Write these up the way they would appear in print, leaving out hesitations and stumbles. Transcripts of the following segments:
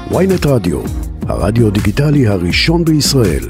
ynet רדיו, הרדיו דיגיטלי הראשון בישראל.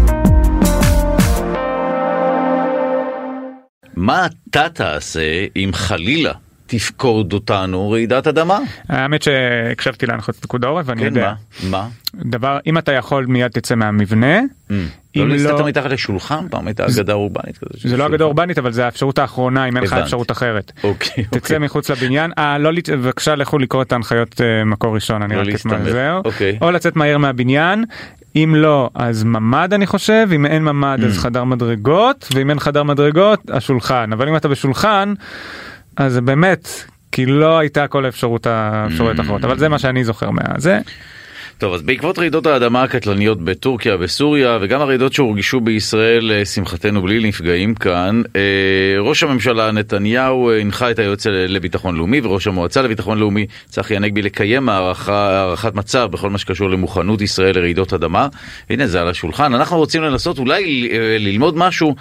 מה אתה תעשה אם חלילה תפקוד אותנו רעידת אדמה? האמת שהקשבתי להנחות פיקוד העורף ואני יודע. מה? דבר, אם אתה יכול מיד תצא מהמבנה. לא להסתתר מתחת לשולחן, פעם הייתה אגדה אורבנית כזה. זה לא אגדה אורבנית, אבל זה האפשרות האחרונה, אם אין לך אפשרות אחרת. תצא מחוץ לבניין. בבקשה לכו לקרוא את ההנחיות מקור ראשון, אני רק אתמזר. או לצאת מהר מהבניין. אם לא, אז ממד אני חושב, אם אין ממד אז חדר מדרגות, ואם אין חדר מדרגות, השולחן. אבל אם אתה בשולחן, אז זה באמת, כי לא הייתה כל האפשרויות האחרות, אבל זה מה שאני זוכר מהזה. טוב, אז בעקבות רעידות האדמה הקטלניות בטורקיה, בסוריה, וגם הרעידות שהורגשו בישראל, שמחתנו בלי נפגעים כאן, ראש הממשלה נתניהו הנחה את היועץ לביטחון לאומי וראש המועצה לביטחון לאומי צחי הנגבי לקיים הערכת מצב בכל מה שקשור למוכנות ישראל לרעידות אדמה. הנה זה על השולחן. אנחנו רוצים לנסות אולי ללמוד משהו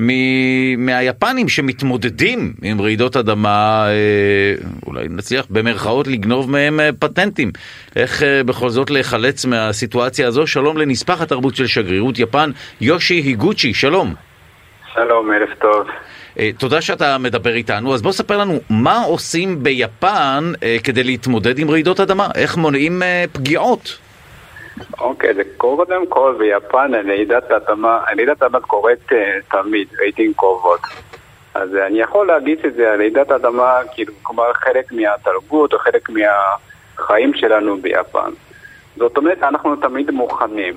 מהיפנים שמתמודדים עם רעידות אדמה, אולי נצליח במרכאות לגנוב מהם פטנטים. איך בכל זאת לחלץ מהסיטואציה הזו? שלום לנספח התרבות של שגרירות יפן, יושי היגוצ'י, שלום. שלום, ערב טוב. תודה שאתה מדבר איתנו. אז בוא ספר לנו מה עושים ביפן כדי להתמודד עם רעידות אדמה, איך מונעים פגיעות? אוקיי, זה קודם כל ביפן רעידת אדמה קורית תמיד, לעתים קרובות. אז אני יכול להגיד שזה רעידת אדמה, כאילו, כלומר חלק מהתרבות או חלק מהחיים שלנו ביפן. זאת אומרת, אנחנו תמיד מוכנים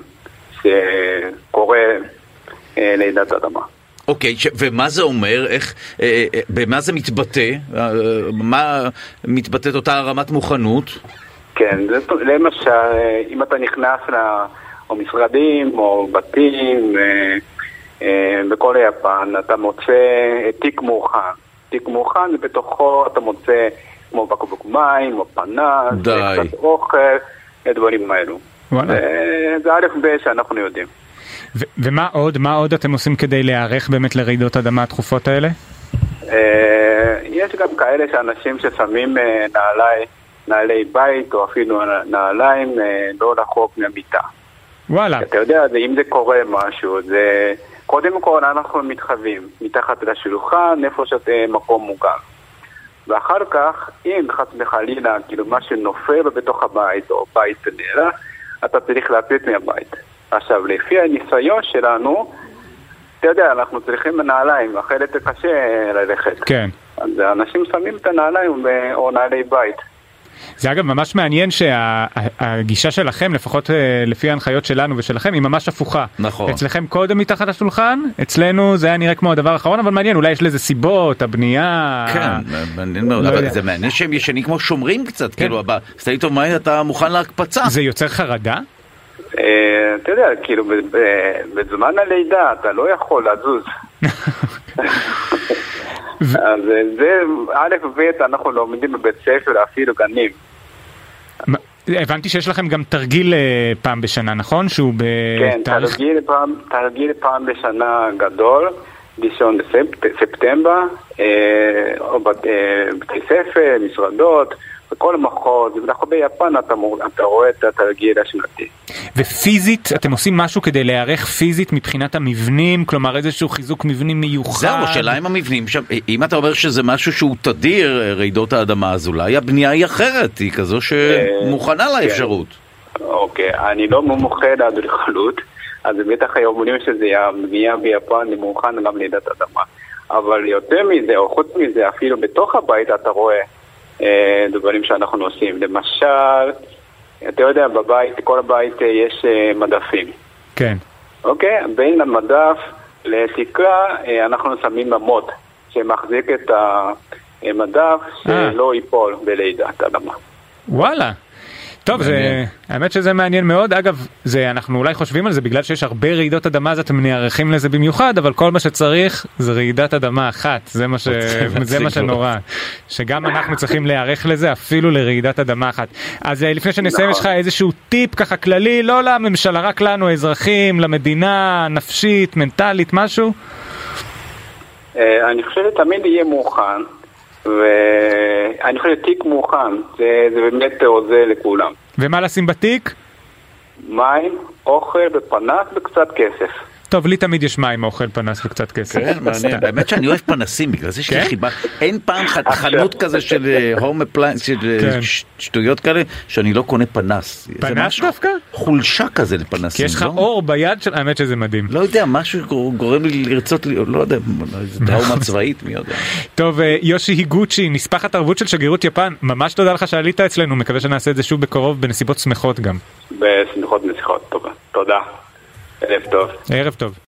שקורה רעידת אדמה. אוקיי, ומה זה אומר? במה זה מתבטא? מה מתבטאת אותה רמת מוכנות? כן, למשל, אם אתה נכנס למשרדים או בתים בכל יפן, אתה מוצא תיק מוכן. תיק מוכן, ובתוכו אתה מוצא כמו בקבוק מים או פנס, קצת אוכל, הדברים האלו. זה א' ב' שאנחנו יודעים. ומה עוד אתם עושים כדי להיערך באמת לרעידות אדמה התכופות האלה? יש גם כאלה שאנשים ששמים נעלי בית או אפילו נעליים לא רחוק מהמיטה. וואלה. אתה יודע, אם זה קורה משהו, זה קודם כל אנחנו מתחווים מתחת לשולחן, איפה שאתה מקום מוגן. ואחר כך, אם חס וחלילה, כאילו משהו נופל בתוך הבית או בית נראה, אתה צריך לצאת מהבית. עכשיו, לפי הניסיון שלנו, אתה יודע, אנחנו צריכים נעליים, אחרת זה קשה ללכת. כן. אז אנשים שמים את הנעליים או נעלי בית. זה אגב ממש מעניין שהגישה שלכם, לפחות לפי ההנחיות שלנו ושלכם, היא ממש הפוכה. נכון. אצלכם קודם מתחת לשולחן, אצלנו זה היה נראה כמו הדבר האחרון, אבל מעניין, אולי יש לזה סיבות, הבנייה... כן, מעניין מאוד, אבל זה מעניין שהם ישנים כמו שומרים קצת, כאילו, סטייט אוף מיינד אתה מוכן להקפצה. זה יוצר חרדה? אתה יודע, כאילו, בזמן הלידה אתה לא יכול לזוז. אז זה, א' וב' אנחנו לומדים בבית ספר, אפילו גנים. הבנתי שיש לכם גם תרגיל פעם בשנה, נכון? שהוא כן, תרגיל פעם בשנה גדול, ראשון בספטמבר, בתי ספר, משרדות, בכל מחוז, ואנחנו ביפן אתה רואה את התרגיל השנתי. ופיזית, אתם עושים משהו כדי להיערך פיזית מבחינת המבנים, כלומר איזשהו חיזוק מבנים מיוחד? זהו, השאלה עם המבנים, אם אתה אומר שזה משהו שהוא תדיר, רעידות האדמה, אז אולי הבנייה היא אחרת, היא כזו שמוכנה לאפשרות. אוקיי, אני לא מומחה לאדריכלות, אז בטח היום אומרים שזה הבנייה ביפן מוכן גם לרעידת אדמה. אבל יותר מזה, או חוץ מזה, אפילו בתוך הבית אתה רואה דברים שאנחנו עושים. למשל, אתה יודע, בבית, כל הבית יש מדפים. כן. אוקיי? בין המדף לתקרה אנחנו שמים ממוד שמחזיק את המדף שלא ייפול בלידת אדמה. וואלה. טוב, האמת שזה מעניין מאוד. אגב, אנחנו אולי חושבים על זה בגלל שיש הרבה רעידות אדמה, אז אתם נערכים לזה במיוחד, אבל כל מה שצריך זה רעידת אדמה אחת. זה מה שנורא. שגם אנחנו צריכים להיערך לזה, אפילו לרעידת אדמה אחת. אז לפני שנסיים, יש לך איזשהו טיפ ככה כללי, לא לממשלה, רק לנו, האזרחים, למדינה, נפשית, מנטלית, משהו? אני חושב שתמיד יהיה מוכן ואני חושב תיק מוכן, זה באמת עוזר לכולם. ומה לשים בתיק? מים, אוכל ופנס וקצת כסף. טוב, לי תמיד יש מים, אוכל, פנס וקצת כסף. כן, מעניין. באמת שאני אוהב פנסים, בגלל זה יש לי חיבה. אין פעם חנות כזה של הום אפליינס, של שטויות כאלה, שאני לא קונה פנס. פנס דווקא? חולשה כזה לפנסים. כי יש לך אור ביד של... האמת שזה מדהים. לא יודע, משהו גורם לי לרצות, לא יודע, איזה טראומה צבאית, מי יודע. טוב, יושי היגוצ'י, נספח התרבות של שגרירות יפן, ממש תודה לך שעלית אצלנו, מקווה שנעשה את זה שוב בקרוב בנסיבות שמחות גם. בשמחות נסיכות, טובה. תודה. ערב טוב. ערב טוב.